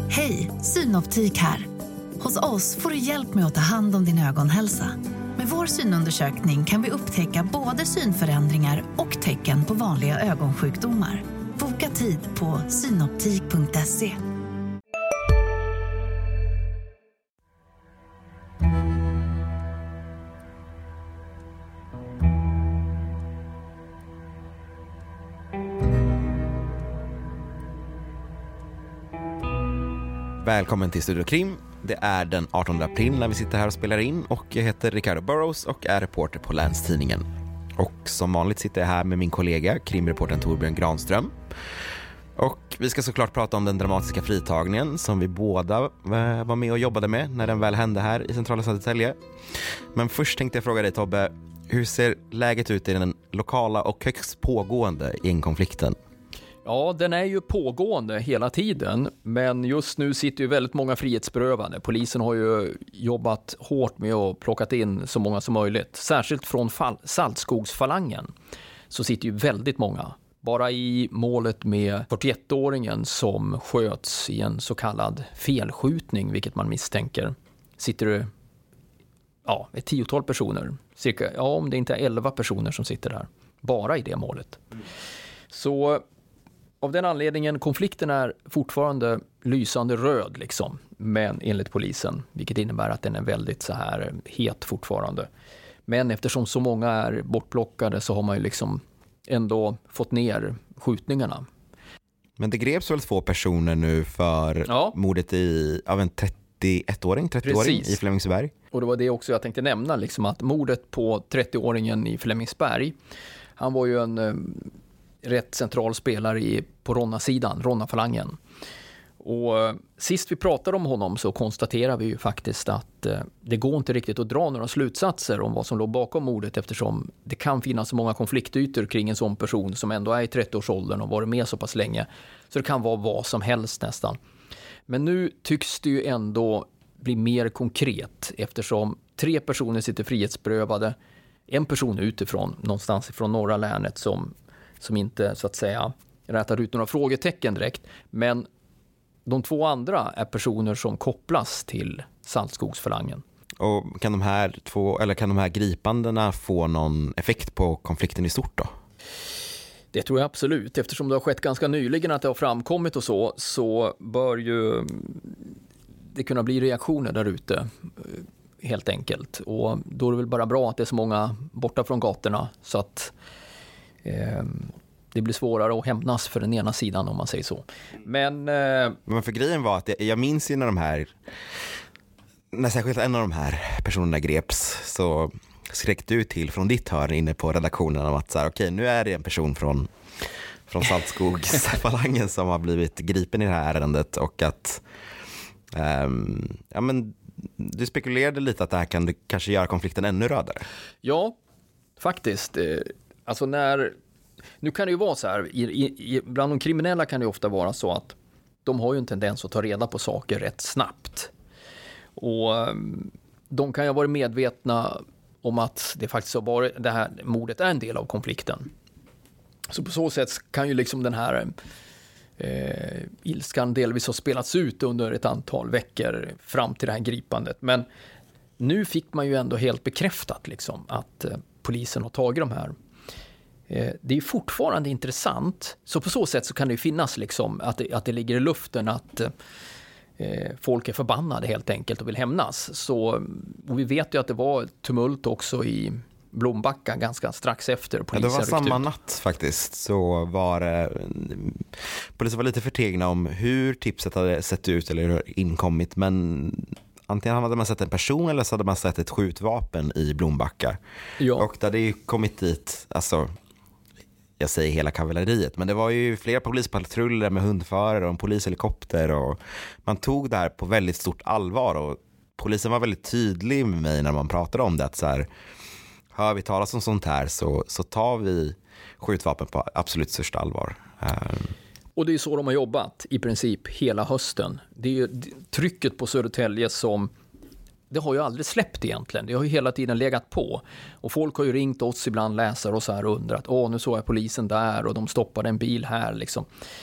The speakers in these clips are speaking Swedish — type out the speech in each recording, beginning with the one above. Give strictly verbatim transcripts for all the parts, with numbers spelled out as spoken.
Hej, Synoptik här. Hos oss får du hjälp med att ta hand om din ögonhälsa. Med vår synundersökning kan vi upptäcka både synförändringar och tecken på vanliga ögonsjukdomar. Boka tid på synoptik punkt se. Välkommen till Studio Krim. Det är den artonde april när vi sitter här och spelar in och jag heter Ricardo Burrows och är reporter på Länstidningen. Och som vanligt sitter jag här med min kollega, krimreportern Torbjörn Granström. Och vi ska såklart prata om den dramatiska fritagningen som vi båda var med och jobbade med när den väl hände här i centrala Södertälje. Men först tänkte jag fråga dig, Tobbe, hur ser läget ut i den lokala och högst pågående gängkonflikten? Ja, den är ju pågående hela tiden, men just nu sitter ju väldigt många frihetsberövade. Polisen har ju jobbat hårt med att plocka in så många som möjligt. Särskilt från fall- Saltskogsfalangen så sitter ju väldigt många. Bara i målet med fyrtioettåringen som sköts i en så kallad felskjutning, vilket man misstänker, sitter det ja, ett tiotal personer. Cirka, ja, om det inte är elva personer som sitter där. Bara i det målet. Så av den anledningen, konflikten är fortfarande lysande röd liksom, men enligt polisen, vilket innebär att den är väldigt så här het fortfarande. Men eftersom så många är bortplockade så har man ju liksom ändå fått ner skjutningarna. Men det greps väl två personer nu för ja. mordet i, av en trettioettåring, trettioåring i Flemingsberg. Och det var det också jag tänkte nämna, liksom, att mordet på trettioåringen i Flemingsberg, han var ju en eh, rätt central spelare i, på Ronna-sidan, Ronna-falangen. Och eh, sist vi pratade om honom så konstaterar vi ju faktiskt att eh, det går inte riktigt att dra några slutsatser om vad som låg bakom mordet, eftersom det kan finnas så många konfliktytor kring en sån person som ändå är i trettioårsåldern och varit med så pass länge. Så det kan vara vad som helst nästan. Men nu tycks det ju ändå bli mer konkret, eftersom tre personer sitter frihetsberövade. En person utifrån, någonstans ifrån norra länet, som, som inte så att säga rätar ut några frågetecken direkt. Men de två andra är personer som kopplas till Saltskogsfalangen. Och kan de här två, eller kan de här gripandena få någon effekt på konflikten i stort då? Det tror jag absolut. Eftersom det har skett ganska nyligen att det har framkommit och så, så bör ju det kunna bli reaktioner där ute helt enkelt. Och då är det väl bara bra att det är så många borta från gatorna så att eh, det blir svårare att hämnas för den ena sidan, om man säger så. Men, eh, Men för grejen var att jag, jag minns ju när de här, när särskilt en av de här personerna greps, så skrek du till från ditt hörn inne på redaktionen om att så här, okej, nu är det en person från, från Saltskogsfalangen som har blivit gripen i det här ärendet, och att um, ja, men du spekulerade lite att det här kan kanske göra konflikten ännu rödare. Ja, faktiskt. Alltså när, nu kan det ju vara så här, i, i, bland de kriminella kan det ju ofta vara så att de har ju en tendens att ta reda på saker rätt snabbt. Och de kan ju ha varit medvetna om att det faktiskt har varit, det här mordet är en del av konflikten. Så på så sätt kan ju liksom den här eh, ilskan delvis ha spelats ut under ett antal veckor fram till det här gripandet. Men nu fick man ju ändå helt bekräftat liksom att eh, polisen har tagit de här. Eh, det är fortfarande intressant. Så på så sätt så kan det ju finnas liksom att det, att det ligger i luften att eh, folk är förbannade helt enkelt och vill hämnas. Så, och vi vet ju att det var tumult också i Blombacka ganska strax efter polisen. Ja, det var samma ut. natt faktiskt, så var eh, polisen var lite förtegna om hur tipset hade sett ut eller inkommit, men antingen hade man sett en person eller så hade man sett ett skjutvapen i Blombacka. Ja. Och det hade ju kommit dit, alltså jag säger hela kavalleriet, men det var ju flera polispatruller med hundförare och en polishelikopter, och man tog det här på väldigt stort allvar, och polisen var väldigt tydlig med mig när man pratade om det, att så här, hör vi talas om sånt här så, så tar vi skjutvapen på absolut största allvar. Um. Och det är så de har jobbat i princip hela hösten. Det är ju trycket på Södertälje som det har ju aldrig släppt egentligen. Det har ju hela tiden legat på. Och folk har ju ringt oss ibland, läsare och så här, och undrat, åh nu såg jag polisen där och de stoppade en bil här liksom.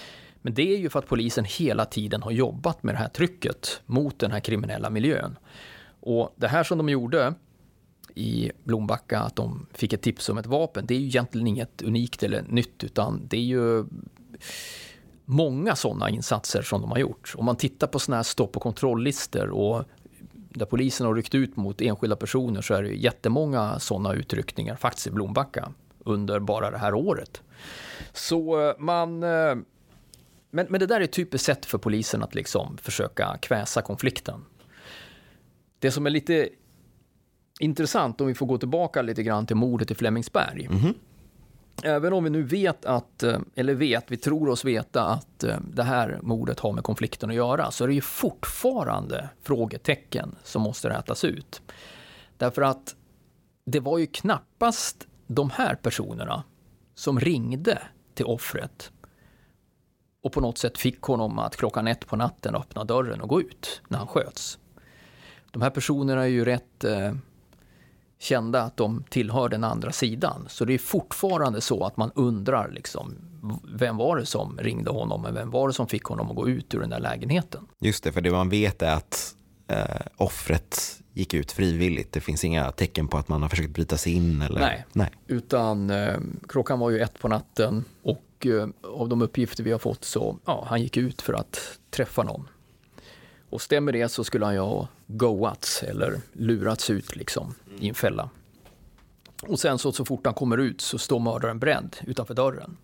Men det är ju för att polisen hela tiden har jobbat med det här trycket mot den här kriminella miljön. Och det här som de gjorde i Blombacka, att de fick ett tips om ett vapen, det är ju egentligen inget unikt eller nytt, utan det är ju många sådana insatser som de har gjort. Om man tittar på sådana här stopp- och kontrolllistor och där polisen har ryckt ut mot enskilda personer, så är det jättemånga sådana utryckningar faktiskt i Blombacka under bara det här året. Så man... Men, men det där är ett typiskt sätt för polisen att liksom försöka kväsa konflikten. Det som är lite intressant, om vi får gå tillbaka lite grann till mordet i Flemingsberg. Mm-hmm. Även om vi nu vet att, eller vet, vi tror oss veta att det här mordet har med konflikten att göra, så är det ju fortfarande frågetecken som måste rätas ut. Därför att det var ju knappast de här personerna som ringde till offret och på något sätt fick honom att klockan ett på natten öppna dörren och gå ut när han sköts. De här personerna är ju rätt eh, kända att de tillhör den andra sidan. Så det är fortfarande så att man undrar liksom, vem var det som ringde honom, och vem var det som fick honom att gå ut ur den där lägenheten. Just det, för det man vet är att eh, offret gick ut frivilligt. Det finns inga tecken på att man har försökt bryta sig in. Eller... Nej, Nej. utan eh, klockan var ju ett på natten och eh, av de uppgifter vi har fått så ja, han gick ut för att träffa någon. Och stämmer det så skulle han ju ha goats eller lurats ut liksom i en fälla. Och sen så, så fort han kommer ut så står mördaren beredd utanför dörren.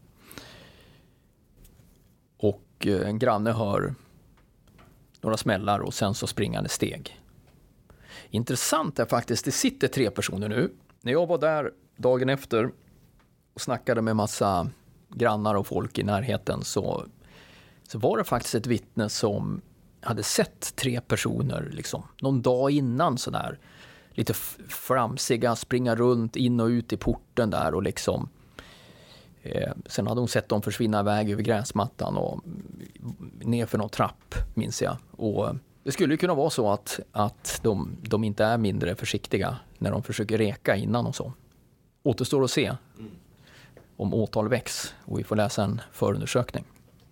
Och eh, en granne hör några smällar och sen så springande steg. Intressant är faktiskt, det sitter tre personer nu. När jag var där dagen efter och snackade med massa grannar och folk i närheten så, så var det faktiskt ett vittne som hade sett tre personer liksom, någon dag innan sådär, lite framsiga, springa runt in och ut i porten där och liksom eh, sen hade hon sett dem försvinna iväg över gräsmattan och ner för någon trapp, minns jag. Och det skulle ju kunna vara så att, att de, de inte är mindre försiktiga när de försöker reka innan och så. Återstår att se om åtal väcks och vi får läsa en förundersökning.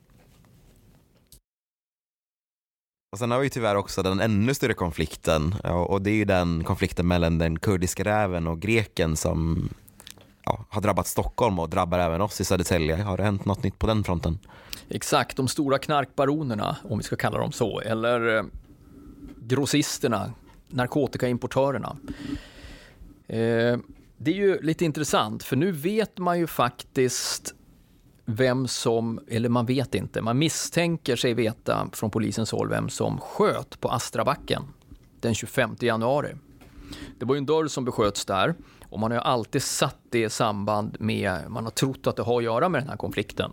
Och sen har vi tyvärr också den ännu större konflikten, och det är ju den konflikten mellan den kurdiska räven och greken som ja, har drabbat Stockholm och drabbar även oss i Södertälje. Har det hänt något nytt på den fronten? Exakt, de stora knarkbaronerna, om vi ska kalla dem så, eller eh, grossisterna, narkotikaimportörerna. Eh, det är ju lite intressant, för nu vet man ju faktiskt vem som, eller man vet inte, man misstänker sig veta från polisens håll vem som sköt på Astrabacken den tjugofemte januari. Det var ju en dörr som besköts där och man har ju alltid satt det i samband med, man har trott att det har att göra med den här konflikten.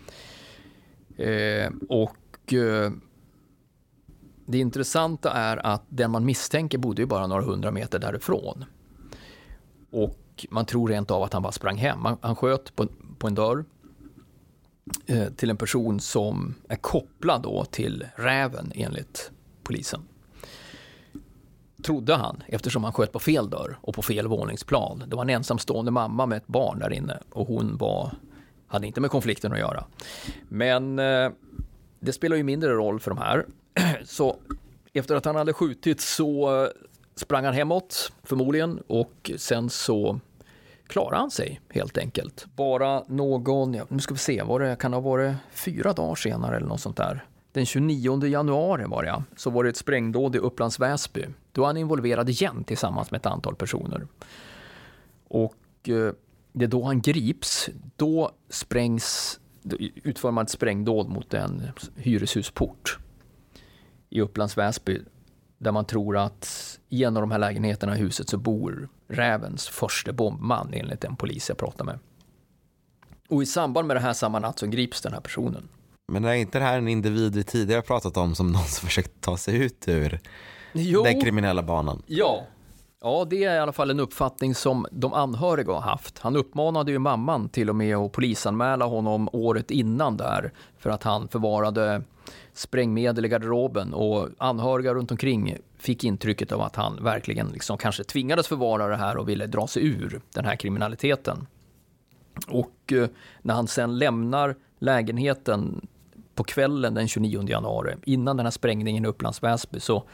Eh, och eh, det intressanta är att den man misstänker bodde ju bara några hundra meter därifrån. Och man tror rent av att han bara sprang hem. Han, han sköt på, på en dörr eh, till en person som är kopplad då till räven enligt polisen. Trodde han, eftersom han sköt på fel dörr och på fel våningsplan. Det var en ensamstående mamma med ett barn där inne och hon var, hade inte med konflikten att göra. Men eh, det spelar ju mindre roll för de här. Så efter att han hade skjutit så sprang han hemåt förmodligen och sen så klarade han sig helt enkelt. Bara någon, ja, nu ska vi se, var det, kan det ha varit fyra dagar senare eller något sånt där. Den tjugonionde januari var det, så var det ett sprängdåd i Upplands Väsby. Då var han involverad igen tillsammans med ett antal personer. Och eh, det är då han grips, då sprängs, utför man ett sprängdåd mot en hyreshusport i Upplands Väsby, där man tror att i en av de här lägenheterna i huset så bor rävens första bombman enligt en polis jag pratade med. Och i samband med det här samma natt så grips den här personen. Men är inte det här en individ vi tidigare pratat om som någon som försökt ta sig ut ur jo. den kriminella banan? Ja. Ja, det är i alla fall en uppfattning som de anhöriga har haft. Han uppmanade ju mamman till och med att polisanmäla honom året innan där för att han förvarade sprängmedel i garderoben, och anhöriga runt omkring fick intrycket av att han verkligen liksom kanske tvingades förvara det här och ville dra sig ur den här kriminaliteten. Och eh, när han sen lämnar lägenheten på kvällen den tjugonionde januari, innan den här sprängningen i Upplands Väsby, så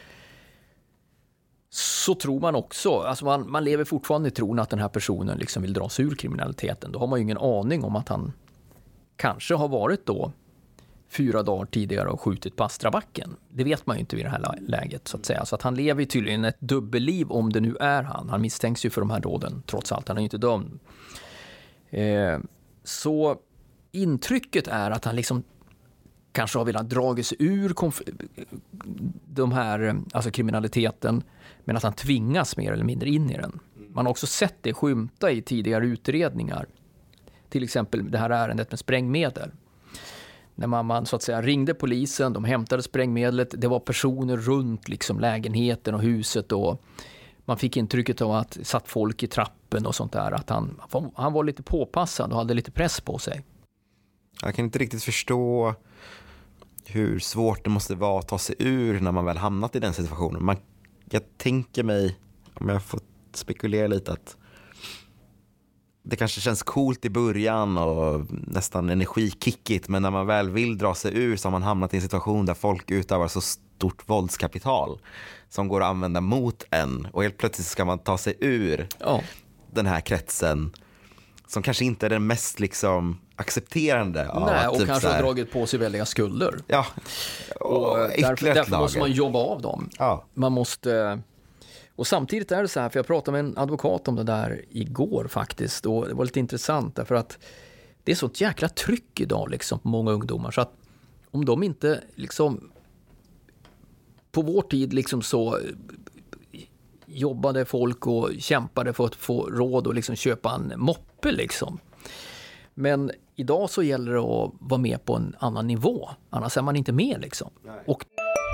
så tror man också, alltså man, man lever fortfarande i tron att den här personen liksom vill dra sig ur kriminaliteten. Då har man ju ingen aning om att han kanske har varit då fyra dagar tidigare och skjutit på Astrabacken. Det vet man ju inte vid det här läget så att säga. Så att han lever tydligen ett dubbelliv, om det nu är han. Han misstänks ju för de här dåden trots allt. Han är ju inte dömd. Eh, så intrycket är att han liksom kanske har velat dra sig ur konf- de här, alltså kriminaliteten, men att han tvingas mer eller mindre in i den. Man har också sett det skymta i tidigare utredningar. Till exempel det här ärendet med sprängmedel. När man, man så att säga ringde polisen, de hämtade sprängmedlet, det var personer runt liksom lägenheten och huset, och man fick intrycket av att satt folk i trappen och sånt där, att han, han var lite påpassad och hade lite press på sig. Jag kan inte riktigt förstå hur svårt det måste vara att ta sig ur när man väl hamnat i den situationen. Man, jag tänker mig, om jag får spekulera lite, att det kanske känns coolt i början och nästan energikickigt, men när man väl vill dra sig ur så har man hamnat i en situation där folk utövar så stort våldskapital som går att använda mot en, och helt plötsligt ska man ta sig ur ja. den här kretsen som kanske inte är den mest liksom accepterande av. Nej, och typ kanske har dragit på sig väldiga skulder. Ja. Och, och därför, därför måste man jobba av dem. Ja. Man måste... Och samtidigt är det så här, för jag pratade med en advokat om det där igår faktiskt, och det var lite intressant därför att det är sånt jäkla tryck idag liksom på många ungdomar, så att om de inte liksom på vår tid liksom så jobbade folk och kämpade för att få råd och liksom köpa en moppe liksom. Men idag så gäller det att vara med på en annan nivå, annars är man inte med liksom. Och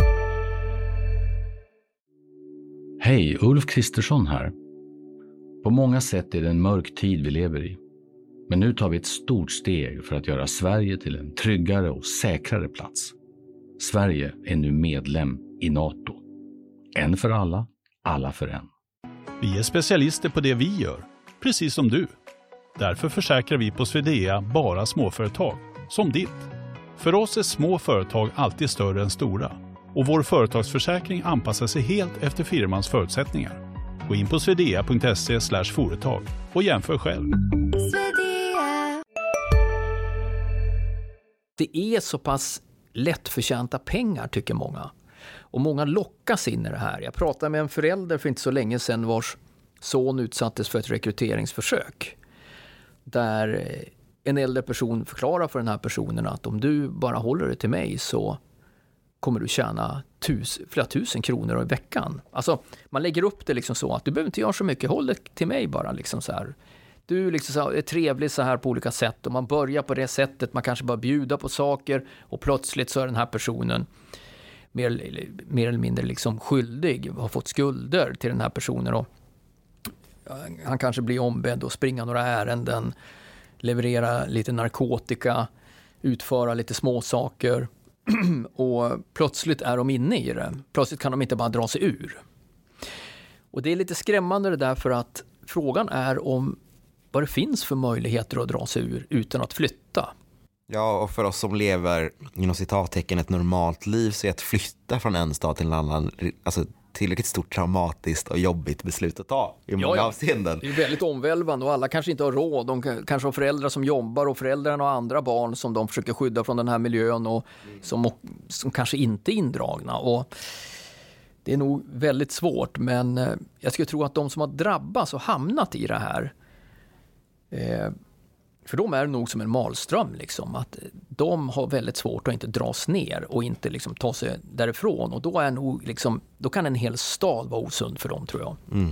Hej, Ulf Kristersson här. På många sätt är det en mörk tid vi lever i. Men nu tar vi ett stort steg för att göra Sverige till en tryggare och säkrare plats. Sverige är nu medlem i NATO. En för alla, alla för en. Vi är specialister på det vi gör, precis som du. Därför försäkrar vi på Swedea bara småföretag, som ditt. För oss är små företag alltid större än stora. Och vår företagsförsäkring anpassar sig helt efter firmans förutsättningar. Gå in på swedea punkt se slash företag och jämför själv. Det är så pass lättförtjänta pengar, tycker många. Och många lockas in i det här. Jag pratade med en förälder för inte så länge sedan vars son utsattes för ett rekryteringsförsök. Där en äldre person förklarar för den här personen att om du bara håller det till mig så kommer du tjäna tus, flera tusen kronor i veckan. Alltså man lägger upp det liksom så att du behöver inte göra så mycket, håll det till mig bara liksom så här. Du liksom så här, är trevlig så här på olika sätt, och man börjar på det sättet, man kanske bara bjuda på saker och plötsligt så är den här personen mer, mer eller mindre liksom skyldig, har fått skulder till den här personen, och han kanske blir ombedd att springa några ärenden, leverera lite narkotika, utföra lite små saker. Och plötsligt är de inne i det. Plötsligt kan de inte bara dra sig ur. Och det är lite skrämmande det där, för att frågan är om vad det finns för möjligheter att dra sig ur utan att flytta. Ja, och för oss som lever inom citattecken ett normalt liv, så är att flytta från en stad till en annan alltså tillräckligt stort traumatiskt och jobbigt beslut att ta i många ja, ja. avseenden. Det är väldigt omvälvande, och alla kanske inte har råd. De kanske har föräldrar som jobbar, och föräldrarna har andra barn som de försöker skydda från den här miljön, och som, som kanske inte är indragna. Och det är nog väldigt svårt, men jag skulle tro att de som har drabbats och hamnat i det här, eh, för de är nog som en malström liksom, att de har väldigt svårt att inte dras ner och inte liksom ta sig därifrån, och då är nog liksom, då kan en hel stad vara osund för dem, tror jag. Mm.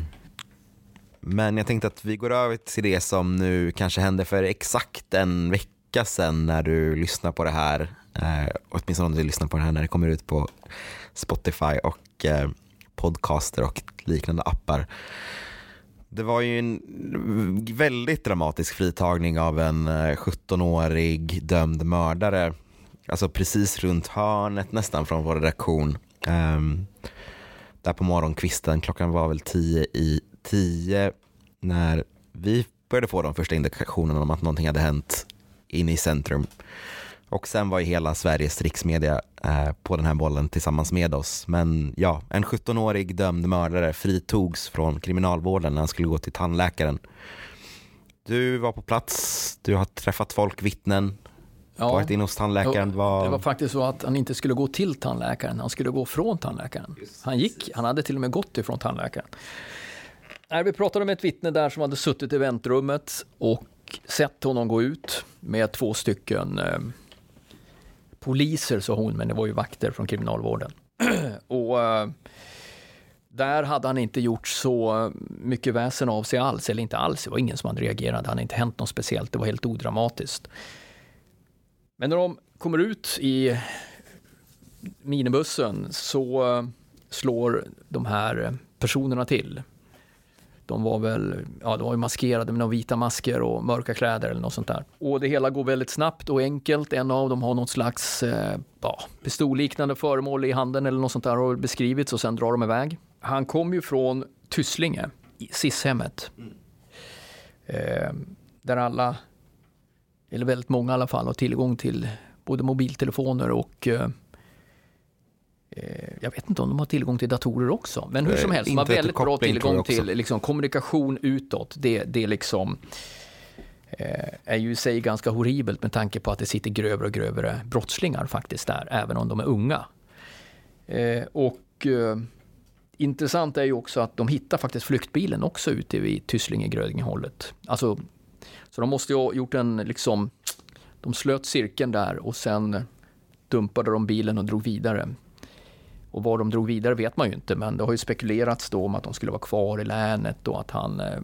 Men jag tänkte att vi går över till det som nu kanske hände för exakt en vecka sedan när du lyssnar på det här, eh, åtminstone om du lyssnar på det här när det kommer ut på Spotify och eh, podcaster och liknande appar. Det var ju en väldigt dramatisk fritagning av en sjuttonårig dömd mördare. Alltså precis runt hörnet nästan från vår redaktion. Um, där på morgonkvisten, klockan var väl tio i tio när vi började få de första indikationerna om att någonting hade hänt inne i centrum. Och sen var ju hela Sveriges riksmedia eh, på den här bollen tillsammans med oss. Men ja, en sjuttonårig dömd mördare fritogs från kriminalvården när han skulle gå till tandläkaren. Du var på plats, du har träffat folk, vittnen, Ja. varit in hos tandläkaren. Var... Det var faktiskt så att han inte skulle gå till tandläkaren, han skulle gå från tandläkaren. Han gick, han hade till och med gått ifrån tandläkaren. Nej, vi pratade med ett vittne där som hade suttit i väntrummet och sett honom gå ut med två stycken eh, poliser, sa hon, men det var ju vakter från kriminalvården. och eh, där hade han inte gjort så mycket väsen av sig alls, eller inte alls, det var ingen som hade reagerat, det hade inte hänt något speciellt, det var helt odramatiskt. Men när de kommer ut i minibussen så slår de här personerna till. De var väl, ja, de var ju maskerade med några vita masker och mörka kläder eller något sånt där. Och det hela går väldigt snabbt och enkelt. En av dem har något slags eh, ja, pistolliknande föremål i handen eller något sånt där har beskrivits och sen drar de iväg. Han kom ju från Tysslinge, S I S-hemmet. Mm. Eh, där alla, eller väldigt många i alla fall, har tillgång till både mobiltelefoner och eh, jag vet inte om de har tillgång till datorer också. Men hur som helst, de har väldigt bra tillgång till liksom, kommunikation utåt. Det, det liksom, eh, är ju i sig ganska horribelt med tanke på att det sitter grövre och grövre brottslingar faktiskt där, även om de är unga. Eh, och eh, intressant är ju också att de hittar faktiskt flyktbilen också ute vid Tysslinge-Grödinge-hållet. Alltså, så de måste ju ha gjort en, liksom, de slöt cirkeln där och sen dumpade de bilen och drog vidare. Och var de drog vidare vet man ju inte, men det har ju spekulerats då om att de skulle vara kvar i länet och att han eh,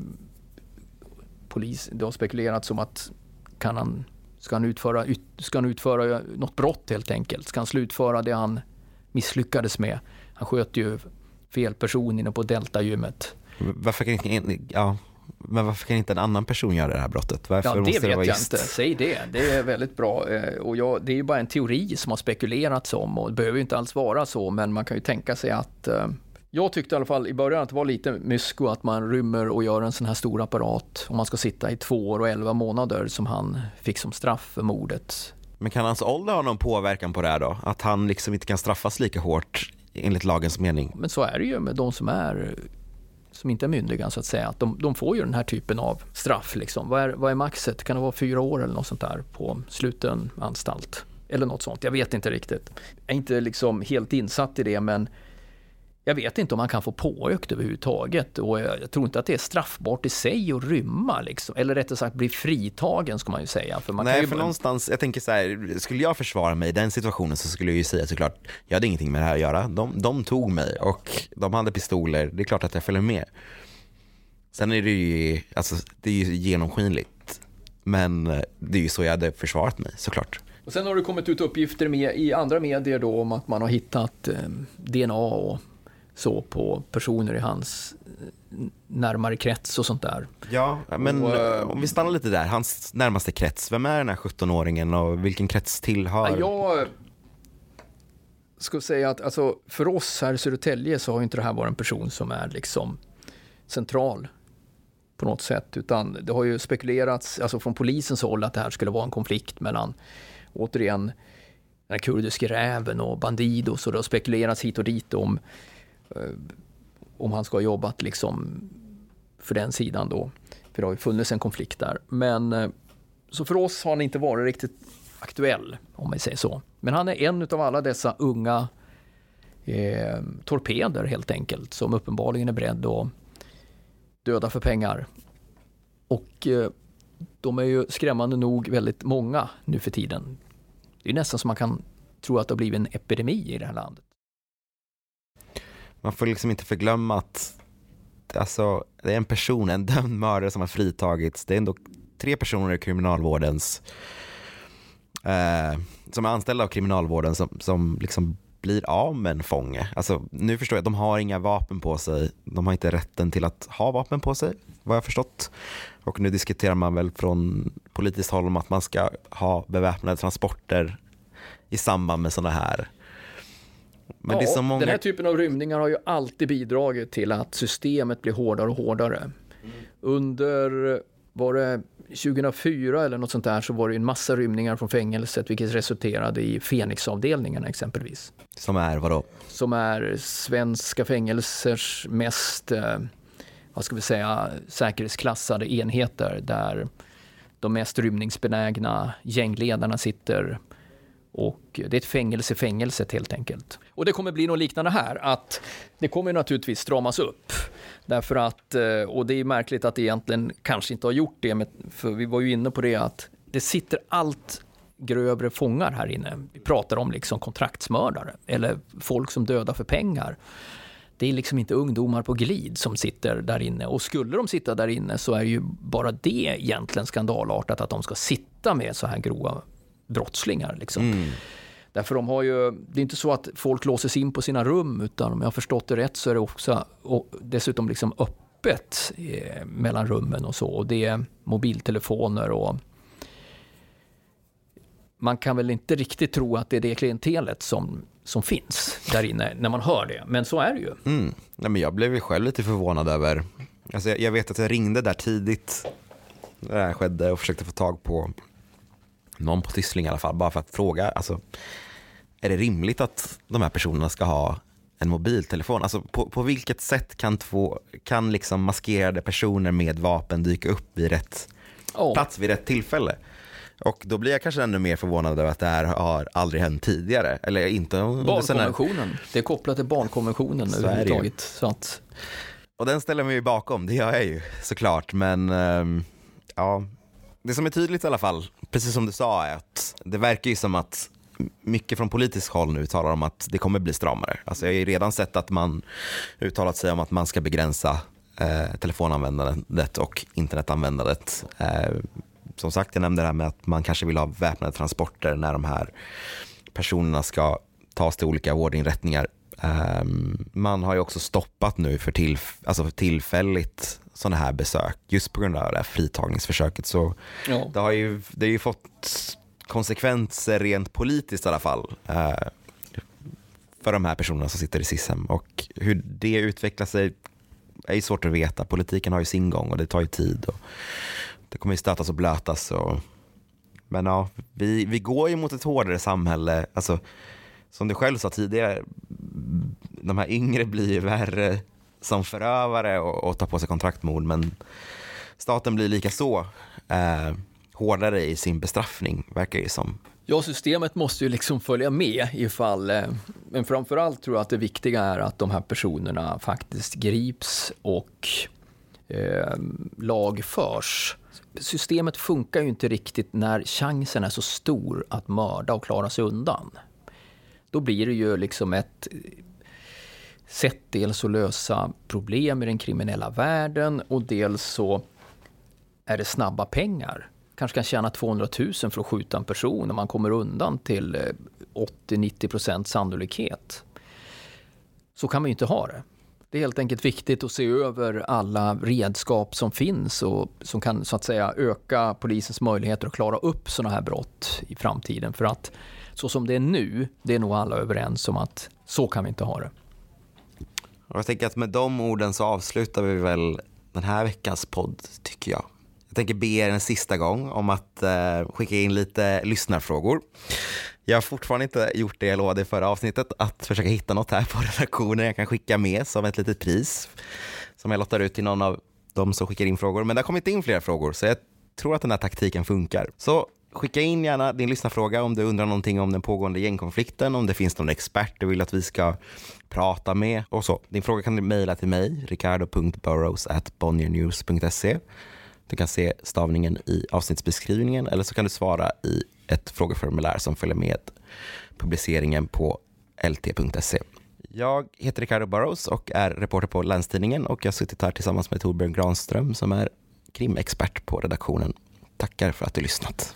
polis, det har spekulerats om att kan han, ska han utföra ska han utföra något brott helt enkelt, ska han slutföra det han misslyckades med. Han sköt ju fel person inne på Delta-gymmet. Varför kan inte, ja, men varför kan inte en annan person göra det här brottet? Varför ja, det måste vet det vara jag just... inte. Säg det. Det är väldigt bra. Och jag, det är ju bara en teori som har spekulerats om och det behöver ju inte alls vara så, men man kan ju tänka sig att uh, jag tyckte i alla fall i början att det var lite mysko att man rymmer och gör en sån här stor apparat om man ska sitta i två år och elva månader som han fick som straff för mordet. Men kan hans ålder ha någon påverkan på det här då? Att han liksom inte kan straffas lika hårt enligt lagens mening? Men så är det ju med de som är som inte är myndiga så att säga, att de, de får ju den här typen av straff liksom. Vad är, vad är maxet? Kan det vara fyra år eller något sånt där på sluten anstalt? Eller något sånt, jag vet inte riktigt. Jag är inte liksom helt insatt i det, men jag vet inte om man kan få påökt överhuvudtaget och jag, jag tror inte att det är straffbart i sig att rymma liksom. Eller rättare sagt bli fritagen ska man ju säga. För man Nej, kan ju för bara... någonstans, jag tänker så här, skulle jag försvara mig i den situationen så skulle jag ju säga såklart, jag hade ingenting med det här att göra. De, de tog mig och de hade pistoler, det är klart att jag följer med. Sen är det ju, alltså, det är ju genomskinligt, men det är ju så jag hade försvarat mig såklart. Och sen har det kommit ut uppgifter med, i andra medier då om att man har hittat eh, D N A och så på personer i hans närmare krets och sånt där. Ja, men och, äh, om vi stannar lite där, hans närmaste krets, vem är den här sjuttonåringen och vilken krets tillhör? Jag ska säga att alltså, för oss här i Södertälje så har inte det här varit en person som är liksom central på något sätt, utan det har ju spekulerats alltså från polisens håll att det här skulle vara en konflikt mellan återigen den här kurdiska räven och Bandidos, och det har spekulerats hit och dit om om han ska ha jobbat liksom för den sidan då, för det har ju funnits en konflikt där, men så för oss har han inte varit riktigt aktuell om man säger så, men han är en av alla dessa unga eh, torpeder helt enkelt, som uppenbarligen är beredd att döda för pengar, och eh, de är ju skrämmande nog väldigt många nu för tiden. Det är nästan som man kan tro att det har blivit en epidemi i det här landet. Man får liksom inte förglömma att alltså, det är en person, en dömd mördare som har fritagits. Det är ändå tre personer i kriminalvårdens eh, som är anställda av kriminalvården som, som liksom blir av med en fånge. Alltså, nu förstår jag, de har inga vapen på sig. De har inte rätten till att ha vapen på sig, vad jag förstått. Och nu diskuterar man väl från politiskt håll om att man ska ha beväpnade transporter i samband med sådana här. Men ja, det är så många... Den här typen av rymningar har ju alltid bidragit till att systemet blir hårdare och hårdare. Mm. Under var det tjugohundrafyra eller något sånt där, så var det en massa rymningar från fängelset, vilket resulterade i Fenixavdelningarna exempelvis. Som är vadå? Som är svenska fängelsers mest, eh, vad ska vi säga, säkerhetsklassade enheter, där de mest rymningsbenägna gängledarna sitter. Och det är ett fängelse fängelset helt enkelt. Och det kommer bli något liknande här, att det kommer naturligtvis stramas upp. Därför att, och det är märkligt att det egentligen kanske inte har gjort det, för vi var ju inne på det att det sitter allt grövre fångar här inne. Vi pratar om liksom kontraktsmördare eller folk som dödar för pengar. Det är liksom inte ungdomar på glid som sitter där inne. Och skulle de sitta där inne så är ju bara det egentligen skandalartat, att de ska sitta med så här grova brottslingar liksom. Mm. Därför de har ju, det är inte så att folk låses in på sina rum, utan om jag har förstått det rätt så är det också och dessutom liksom öppet eh, mellan rummen och så. Och det är mobiltelefoner och man kan väl inte riktigt tro att det är det klientelet som, som finns där inne när man hör det. Men så är det ju. Mm. Nej, men jag blev ju själv lite förvånad över, alltså jag, jag vet att jag ringde där tidigt när det här skedde och försökte få tag på någon på Tyssling i alla fall, bara för att fråga, alltså, är det rimligt att de här personerna ska ha en mobiltelefon? Alltså på, på vilket sätt kan, två, kan liksom maskerade personer med vapen dyka upp vid rätt oh. plats vid rätt tillfälle? Och då blir jag kanske ännu mer förvånad över att det här har aldrig hänt tidigare. Eller inte. Barnkonventionen, det är kopplat till barnkonventionen så överhuvudtaget. Så att... Och den ställer mig ju bakom, det gör jag ju såklart. Men ähm, ja, det som är tydligt i alla fall, precis som du sa, är att det verkar ju som att mycket från politisk håll nu talar om att det kommer bli stramare. Alltså jag har ju redan sett att man uttalat sig om att man ska begränsa eh, telefonanvändandet och internetanvändandet. Eh, som sagt, jag nämnde det här med att man kanske vill ha väpnade transporter när de här personerna ska tas till olika vårdinrättningar. Eh, man har ju också stoppat nu för, tillf- alltså för tillfälligt sådana här besök just på grund av det här fritagningsförsöket. Så ja. det har ju, det har ju fått konsekvenser rent politiskt i alla fall eh, för de här personerna som sitter i S I S-hem. Och hur det utvecklar sig är ju svårt att veta. Politiken har ju sin gång och det tar ju tid. Och det kommer ju stötas och blötas. Och... Men ja, vi, vi går ju mot ett hårdare samhälle. Alltså, som du själv sa tidigare, de här yngre blir ju värre som förövare och, och tar på sig kontraktmord. Men staten blir lika så eh, hårdare i sin bestraffning, verkar det som. Ja, systemet måste ju liksom följa med ifall, men framförallt tror jag att det viktiga är att de här personerna faktiskt grips och eh, lagförs. Systemet funkar ju inte riktigt när chansen är så stor att mörda och klara sig undan. Då blir det ju liksom ett sätt dels att lösa problem i den kriminella världen och dels så är det snabba pengar. Kanske kan tjäna tvåhundratusen för att skjuta en person när man kommer undan till åttio till nittio procent sannolikhet. Så kan man ju inte ha det. Det är helt enkelt viktigt att se över alla redskap som finns och som kan så att säga öka polisens möjligheter att klara upp sådana här brott i framtiden. För att så som det är nu, det är nog alla överens om att så kan vi inte ha det. Och jag tänker att med de orden så avslutar vi väl den här veckans podd, tycker jag. Jag tänker be er en sista gång om att eh, skicka in lite lyssnarfrågor. Jag har fortfarande inte gjort det jag lovade i förra avsnittet, att försöka hitta något här på redaktionen jag kan skicka med som ett litet pris som jag lottar ut till någon av de som skickar in frågor. Men det har kommit in flera frågor så jag tror att den här taktiken funkar. Så skicka in gärna din lyssnarfråga om du undrar någonting om den pågående gängkonflikten, om det finns någon expert du vill att vi ska prata med och så. Din fråga kan du mejla till mig, ricardo punkt burrows at bonniernews punkt se. Du kan se stavningen i avsnittsbeskrivningen eller så kan du svara i ett frågeformulär som följer med publiceringen på l t punkt se. Jag heter Ricardo Burrows och är reporter på Länstidningen och jag har suttit här tillsammans med Torbjörn Granström som är krimexpert på redaktionen. Tackar för att du lyssnat.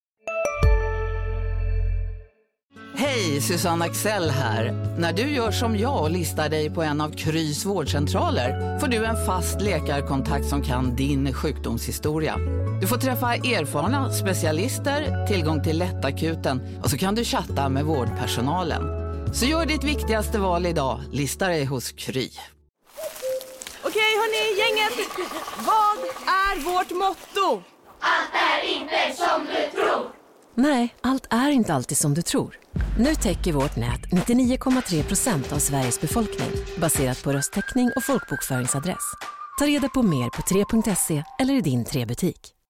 Hej, Susanne Axel här. När du gör som jag och listar dig på en av Krys vårdcentraler får du en fast läkarkontakt som kan din sjukdomshistoria. Du får träffa erfarna specialister, tillgång till lättakuten och så kan du chatta med vårdpersonalen. Så gör ditt viktigaste val idag, lista dig hos Kry. Okej hörni, gänget! Vad är vårt motto? Allt är inte som du tror. Nej, allt är inte alltid som du tror. Nu täcker vårt nät nittionio komma tre procent av Sveriges befolkning baserat på röstteckning och folkbokföringsadress. Ta reda på mer på tre punkt se eller i din tre butik.